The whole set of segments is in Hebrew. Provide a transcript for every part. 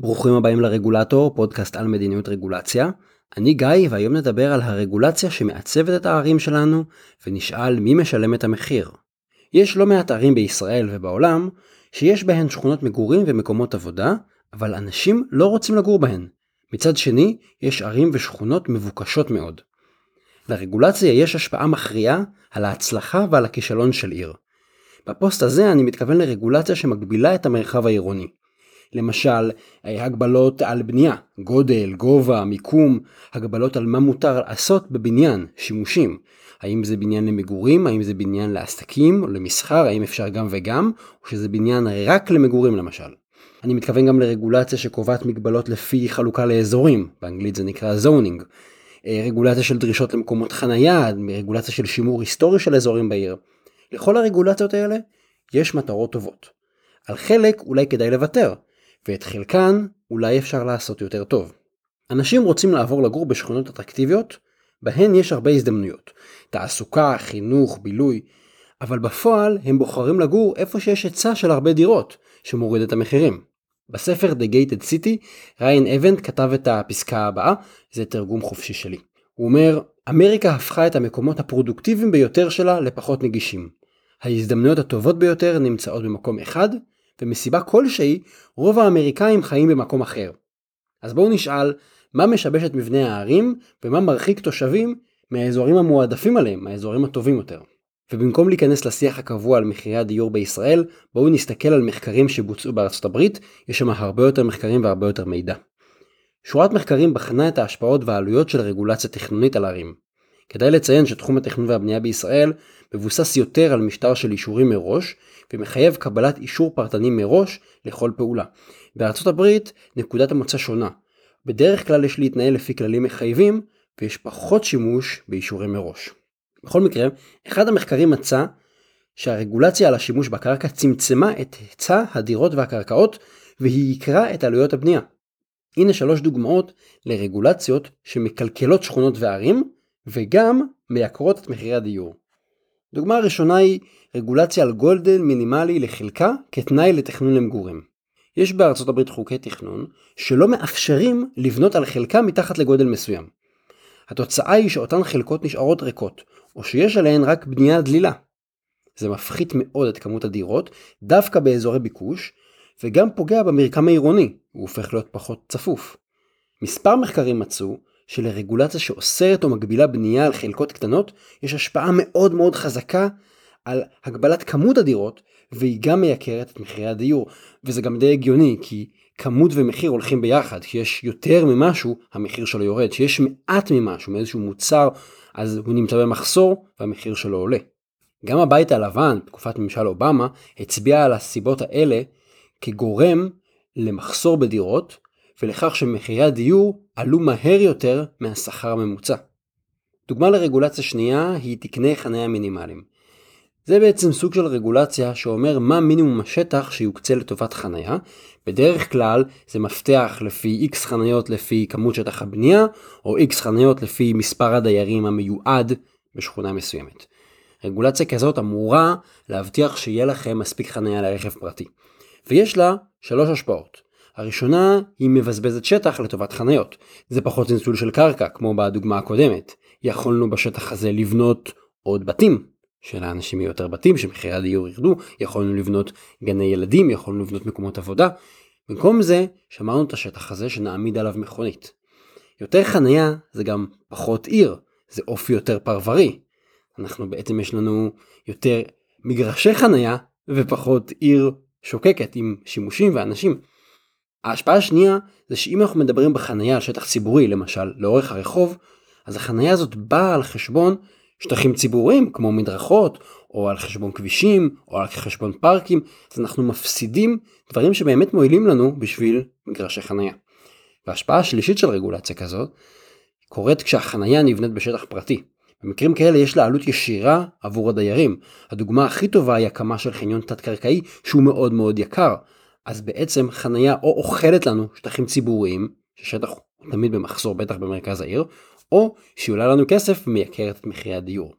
ברוכים הבאים לרגולטור, פודקאסט על מדיניות רגולציה. אני גיא, והיום נדבר על הרגולציה שמעצבת את הערים שלנו, ונשאל מי משלם את המחיר. יש לא מעט ערים בישראל ובעולם, שיש בהן שכונות מגורים ומקומות עבודה, אבל אנשים לא רוצים לגור בהן. מצד שני, יש ערים ושכונות מבוקשות מאוד. לרגולציה יש השפעה מכריעה על ההצלחה ועל הכישלון של עיר. בפוסט הזה אני מתכוון לרגולציה שמגבילה את המרחב העירוני. למשל, הגבלות על בנייה, גודל, גובה, מיקום, הגבלות על מה מותר לעשות בבניין, שימושים. האם זה בניין למגורים, האם זה בניין לעסקים או למסחר, האם אפשר גם וגם, או שזה בניין רק למגורים למשל. אני מתכוון גם לרגולציה שקובעת מגבלות לפי חלוקה לאזורים, באנגלית זה נקרא zoning. רגולציה של דרישות למקומות חנייה, רגולציה של שימור היסטורי של אזורים בעיר. לכל הרגולציות האלה יש מטרות טובות. על חלק אולי כדאי לוותר, ואת חלקן אולי אפשר לעשות יותר טוב. אנשים רוצים לעבור לגור בשכונות אטרקטיביות, בהן יש הרבה הזדמנויות. תעסוקה, חינוך, בילוי, אבל בפועל הם בוחרים לגור איפה שיש היצע של הרבה דירות, שמוריד את המחירים. בספר The Gated City, ריין אבנט כתב את הפסקה הבאה, זה תרגום חופשי שלי. הוא אומר, אמריקה הפכה את המקומות הפרודוקטיביים ביותר שלה לפחות נגישים. ההזדמנויות הטובות ביותר נמצאות במקום אחד, ומסיבה כלשהי, רוב האמריקאים חיים במקום אחר. אז בואו נשאל, מה משבש את מבנה הערים, ומה מרחיק תושבים מהאזורים המועדפים עליהם, מהאזורים הטובים יותר. ובמקום להיכנס לשיח הקבוע על מחירי הדיור בישראל, בואו נסתכל על מחקרים שבוצעו בארצות הברית, יש שם הרבה יותר מחקרים והרבה יותר מידע. שורת מחקרים בחנה את ההשפעות והעלויות של רגולציה תכנונית על ערים. כדאי לציין שתחום התכנון והבנייה בישראל מבוסס יותר על משטר של אישורים מראש, ומחייב קבלת אישור פרטני מראש לכל פעולה. בארצות הברית נקודת המוצא שונה. בדרך כלל יש להתנהל לפי כללים מחייבים, ויש פחות שימוש באישורים מראש. בכל מקרה, אחד המחקרים מצא שהרגולציה על השימוש בקרקע צמצמה את היצע הדירות והקרקעות, והיא יקרה את עלויות הבנייה. הנה 3 דוגמאות לרגולציות שמקלקלות שכונות וערים, וגם מייקרות את מחירי הדיור. דוגמה הראשונה היא רגולציה על גודל מינימלי לחלקה כתנאי לתכנון למגורים. יש בארצות הברית חוקי תכנון שלא מאפשרים לבנות על חלקה מתחת לגודל מסוים. התוצאה היא שאותן חלקות נשארות ריקות, או שיש עליהן רק בנייה דלילה. זה מפחית מאוד את כמות הדירות, דווקא באזורי ביקוש, וגם פוגע במרקם העירוני, הוא הופך להיות פחות צפוף. מספר מחקרים מצאו שלרגולציה שאוסרת או מגבילה בנייה על חלקות קטנות, יש השפעה מאוד מאוד חזקה על הגבלת כמות הדירות, והיא גם מייקרת את מחירי הדיור. וזה גם די הגיוני, כי כמות ומחיר הולכים ביחד. כשיש יותר ממשהו, המחיר שלו יורד. כשיש מעט ממשהו, מאיזשהו מוצר, אז הוא נמצא במחסור, והמחיר שלו עולה. גם הבית הלבן, בתקופת ממשל אובמה, הצביע על הסיבות האלה כגורם למחסור בדירות, ולכך שמחירי הדיור עלו מהר יותר מהשכר הממוצע. דוגמה לרגולציה שנייה היא תקני חניה מינימליים. זה בעצם סוג של רגולציה שאומר מה מינימום השטח שיוקצה לטובת חניה. בדרך כלל זה מפתח לפי X חניות לפי כמות שטח הבנייה, או X חניות לפי מספר הדיירים המיועד בשכונה מסוימת. רגולציה כזאת אמורה להבטיח שיהיה לכם מספיק חניה לרכב פרטי. ויש לה 3 השפעות. הראשונה היא מבזבזת שטח לטובת חניות. זה פחות ניצול של קרקע, כמו בדוגמה הקודמת. יכולנו בשטח הזה לבנות עוד בתים, שלאנשים יהיו יותר בתים, שמחירי הדיור ירדו, יכולנו לבנות גני ילדים, יכולנו לבנות מקומות עבודה. במקום זה, שמרנו את השטח הזה שנעמיד עליו מכונית. יותר חניה זה גם פחות עיר, זה אופי יותר פרברי. בעצם יש לנו יותר מגרשי חניה, ופחות עיר שוקקת עם שימושים ואנשים. ההשפעה השנייה זה שאם אנחנו מדברים בחנייה על שטח ציבורי, למשל לאורך הרחוב, אז החנייה הזאת באה על חשבון שטחים ציבוריים כמו מדרכות, או על חשבון כבישים, או על חשבון פארקים, אז אנחנו מפסידים דברים שבאמת מועילים לנו בשביל מגרשי חנייה. וההשפעה השלישית של רגולציה כזאת קורית כשהחנייה נבנית בשטח פרטי. במקרים כאלה יש לה עלות ישירה עבור הדיירים. הדוגמה הכי טובה היא הקמה של חניון תת-קרקעי שהוא מאוד מאוד יקר. אז בעצם חנייה או אוכלת לנו שטחים ציבוריים, ששטח הוא תמיד במחסור בטח במרכז העיר, או שהיא עולה לנו כסף ומייקרת את מחירי הדיור.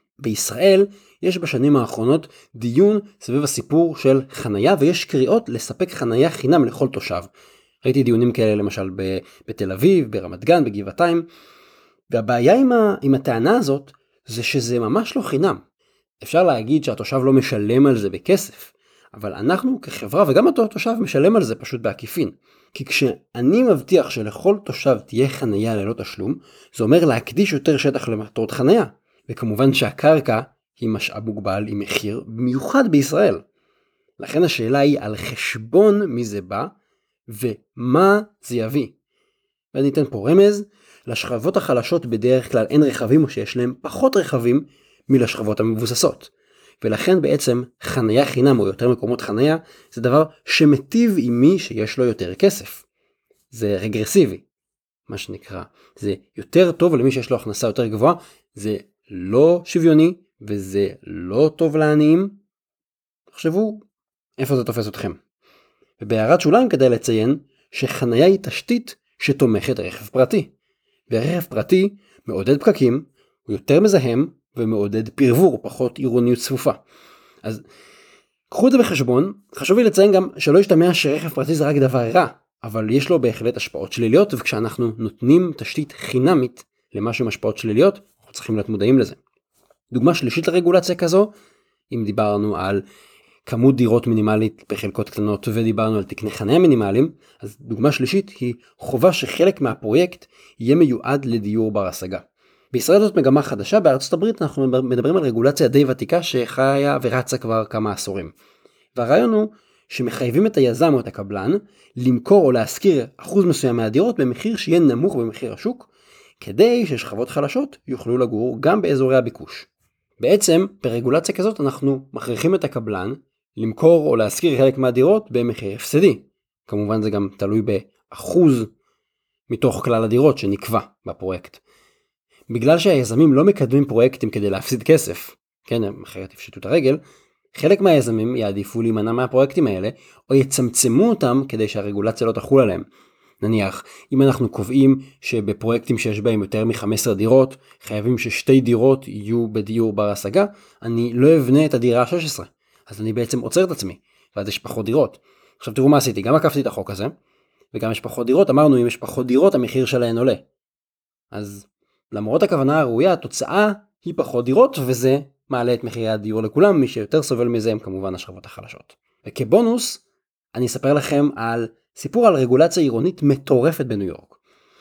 בישראל יש בשנים האחרונות דיון סביב הסיפור של חנייה, ויש קריאות לספק חנייה חינם לכל תושב. ראיתי דיונים כאלה למשל בתל אביב, ברמת גן, בגבעתיים, והבעיה עם הטענה הזאת זה שזה ממש לא חינם. אפשר להגיד שהתושב לא משלם על זה בכסף, אבל אנחנו כחברה וגם אותו התושב משלם על זה פשוט בעקיפין. כי כשאני מבטיח שלכל תושב תהיה חנייה ללא תשלום, זה אומר להקדיש יותר שטח למטרות חנייה. וכמובן שהקרקע היא משאב מוגבל עם מחיר מיוחד בישראל. לכן השאלה היא על חשבון מי זה בא ומה זה יביא. ואני אתן פה רמז, לשכבות החלשות בדרך כלל אין רכבים או שיש להם פחות רכבים מלשכבות המבוססות. ולכן בעצם חנייה חינם או יותר מקומות חנייה זה דבר שמטיב עם מי שיש לו יותר כסף. זה רגרסיבי, מה שנקרא. זה יותר טוב למי שיש לו הכנסה יותר גבוהה, זה לא שוויוני וזה לא טוב לעניים. תחשבו איפה זה תופס אתכם. ובהערת שוליים כדאי לציין שחנייה היא תשתית שתומכת רכב פרטי. ורכב פרטי מעודד פקקים, הוא יותר מזהם ומעודד פרבור, פחות עירוניות צפופה. אז קחו את זה בחשבון. חשוב לי לציין גם שלא ישתמע שרכב פרטי זה רק דבר רע, אבל יש לו בהחלט השפעות שליליות, וכשאנחנו נותנים תשתית חינמית למשהו עם השפעות שליליות, אנחנו צריכים להיות מודעים לזה. דוגמה שלישית לרגולציה כזו, אם דיברנו על כמות דירות מינימלית בחלקות קטנות ודיברנו על תקני חניה מינימליים, אז דוגמה שלישית היא חובה שחלק מהפרויקט יהיה מיועד לדיור בר השגה. בישראל זאת מגמה חדשה, בארצות הברית אנחנו מדברים על רגולציה די ותיקה שחיה ורצה כבר כמה עשורים. והרעיון הוא שמחייבים את היזם או את הקבלן למכור או להשכיר אחוז מסוים מהדירות במחיר שיהיה נמוך במחיר השוק, כדי ששכבות חלשות יוכלו לגור גם באזורי הביקוש. בעצם ברגולציה כזאת אנחנו מכריחים את הקבלן למכור או להשכיר חלק מהדירות במחיר הפסדי. כמובן זה גם תלוי באחוז מתוך כלל הדירות שנקבע בפרויקט. בגלל שהיזמים לא מקדמים פרויקטים כדי להפסיד כסף, כן, אחרת יפשטו את הרגל, חלק מהיזמים יעדיפו להימנע מהפרויקטים האלה, או יצמצמו אותם כדי שהרגולציה לא תחול עליהם. נניח, אם אנחנו קובעים שבפרויקטים שיש בהם יותר מ-15 דירות, חייבים ששתי דירות יהיו בדיור בר השגה, אני לא אבנה את הדירה ה-16. אז אני בעצם עוצר את עצמי, ואז יש פחות דירות. עכשיו תראו מה עשיתי, גם עקפתי את החוק הזה, וגם יש פחות דירות, אמרנו אם יש פחות דירות המחיר שלהן עולה. אז למרות הכוונה הראויה, התוצאה היא פחות דירות, וזה מעלה את מחירי הדיור לכולם, מי שיותר סובל מזה הם כמובן השכבות החלשות. וכבונוס, אני אספר לכם על סיפור על רגולציה עירונית מטורפת בניו יורק.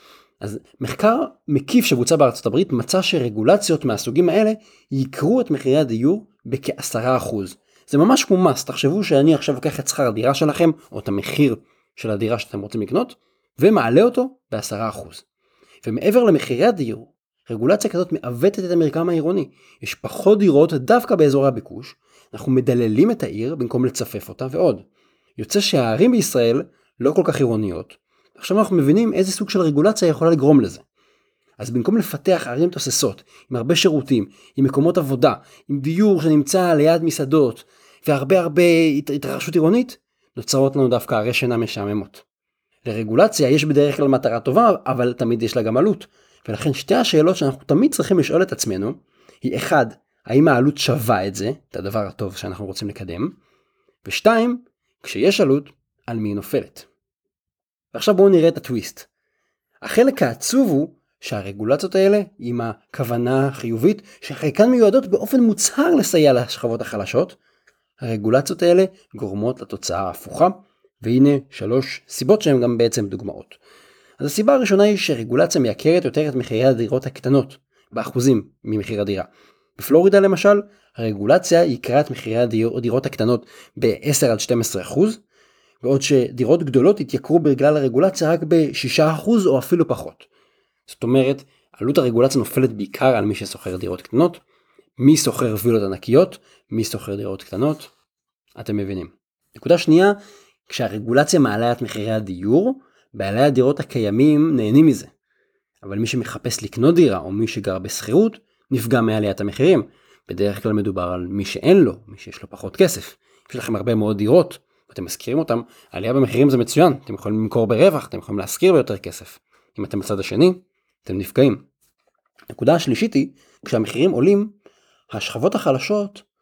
אז מחקר מקיף שבוצע בארצות הברית מצא שרגולציות מהסוגים האלה יקרו את מחירי הדיור בכ10%. זה ממש כמו מס, תחשבו שאני עכשיו לוקח את שכר הדירה שלכם, או את המחיר של הדירה שאתם רוצים לקנות, ומעלה אותו ב10%. ומעבר למחירי הדיור, רגולציה כזאת מעוותת את המרקם העירוני. יש פחות דירות דווקא באזורי הביקוש, אנחנו מדללים את העיר במקום לצפף אותה ועוד. יוצא שהערים בישראל לא כל כך עירוניות, עכשיו אנחנו מבינים איזה סוג של רגולציה יכולה לגרום לזה. אז במקום לפתח ערים תוססות, עם הרבה שירותים, עם מקומות עבודה, עם דיור שנמצא ליד מסעדות, והרבה התרחשות עירונית, נוצרות לנו דווקא ערי שינה משעממות. לרגולציה יש בדרך כלל מטרה טובה, אבל תמיד יש לה גם עלות. ולכן שתי השאלות שאנחנו תמיד צריכים לשאול את עצמנו, היא אחד, האם העלות שווה את זה, את הדבר הטוב שאנחנו רוצים לקדם, ושתיים, כשיש עלות, על מי היא נופלת. ועכשיו בואו נראה את הטוויסט. החלק העצוב הוא שהרגולציות האלה, עם הכוונה החיובית, שחלקן מיועדות באופן מוצהר לסייע לשכבות החלשות, הרגולציות האלה גורמות לתוצאה ההפוכה, והנה 3 סיבות שהן גם בעצם דוגמאות. אז הסיבה הראשונה היא שרגולציה מייקרת יותר את מחירי הדירות הקטנות, באחוזים ממחיר הדירה. בפלורידה למשל, הרגולציה יקרה את מחירי הדירות הקטנות ב-10-12%, בעוד שדירות גדולות יתייקרו בגלל הרגולציה רק ב-6% או אפילו פחות. זאת אומרת, עלות הרגולציה נופלת בעיקר על מי שסוחר דירות קטנות, מי סוחר וילות ענקיות, מי סוחר דירות קטנות, אתם מבינים. נקודה שנייה, כשהרגולציה מעלה את מחירי הדיור, בעלי הדירות הקיימים נהנים מזה. אבל מי שמחפש לקנות דירה או מי שגר בשכירות, נפגע מעליית המחירים. בדרך כלל מדובר על מי שאין לו, מי שיש לו פחות כסף. יש לכם הרבה מאוד דירות, ואתם מזכירים אותם, עלייה במחירים זה מצוין, אתם יכולים למכור ברווח, אתם יכולים להשכיר ביותר כסף. אם אתם בצד השני, אתם נפגעים. נקודה השלישית היא, כשהמחירים עולים, השכבות החלשות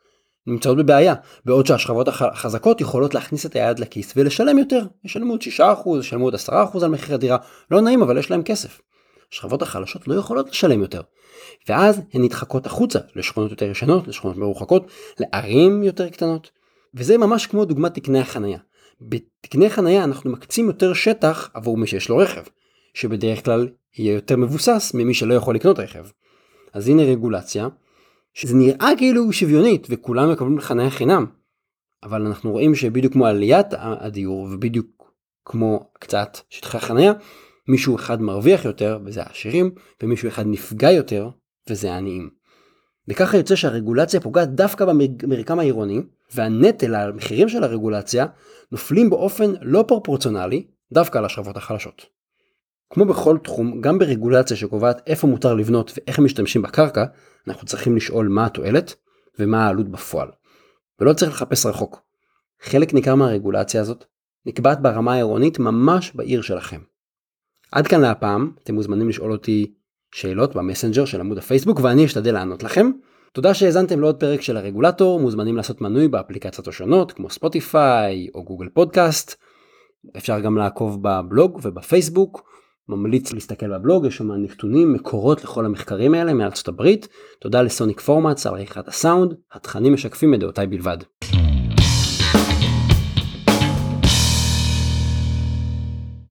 נמצאות בבעיה, בעוד שהשכבות החזקות יכולות להכניס את היד לכיס ולשלם יותר, ישלמו עוד 6%, ישלמו עוד 10% על מחיר הדירה, לא נעים אבל יש להם כסף. השכבות החלשות לא יכולות לשלם יותר, ואז הן נדחקות החוצה לשכונות יותר ישנות, לשכונות מרוחקות, לערים יותר קטנות, וזה ממש כמו דוגמת תקני החנייה. בתקני חנייה אנחנו מקצים יותר שטח עבור מי שיש לו רכב, שבדרך כלל יהיה יותר מבוסס ממי שלא יכול לקנות רכב. אז הנה רגולציה, שזה נראה כאילו שוויונית וכולם מקבלים חנייה חינם, אבל אנחנו רואים שבדיוק כמו עליית הדיור ובדיוק כמו קצת שטחי חנייה, מישהו אחד מרוויח יותר וזה העשירים, ומישהו אחד נפגע יותר וזה העניים. וככה יוצא שהרגולציה פוגעת דווקא במרקם העירוני, והנטל על המחירים של הרגולציה נופלים באופן לא פרופורציונלי דווקא על השכבות החלשות. כמו בכל תחום, גם ברגולציה שקובעת איפה מותר לבנות ואיך הם משתמשים בקרקע, אנחנו צריכים לשאול מה התועלת ומה העלות בפועל. ולא צריך לחפש רחוק. חלק ניכר מהרגולציה הזאת נקבעת ברמה העירונית ממש בעיר שלכם. עד כאן להפעם, אתם מוזמנים לשאול אותי שאלות במסנג'ר של עמוד הפייסבוק ואני אשתדל לענות לכם. תודה שהאזנתם לעוד פרק של הרגולטור, מוזמנים לעשות מנוי באפליקציות השונות כמו ספוטיפיי או גוגל פודקאסט. אפשר גם לעקוב בבלוג ובפייסבוק. ממליץ להסתכל בבלוג, יש שם נתונים, מקורות לכל המחקרים האלה מארצות הברית. תודה לסוניק פורמטס על עריכת הסאונד, התכנים משקפים את דעותיי בלבד.